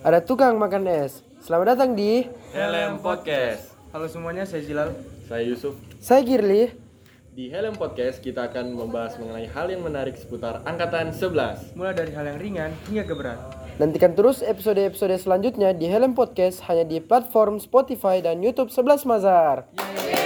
Ada tukang makan es. Selamat datang di Helm Podcast. Halo semuanya, saya Zilal. Saya Yusuf. Saya Girly. Di Helm Podcast kita akan membahas mengenai hal yang menarik seputar Angkatan 11. Mulai dari hal yang ringan hingga ke berat. Nantikan terus episode-episode selanjutnya di Helm Podcast hanya di platform Spotify dan YouTube 11 Mazar.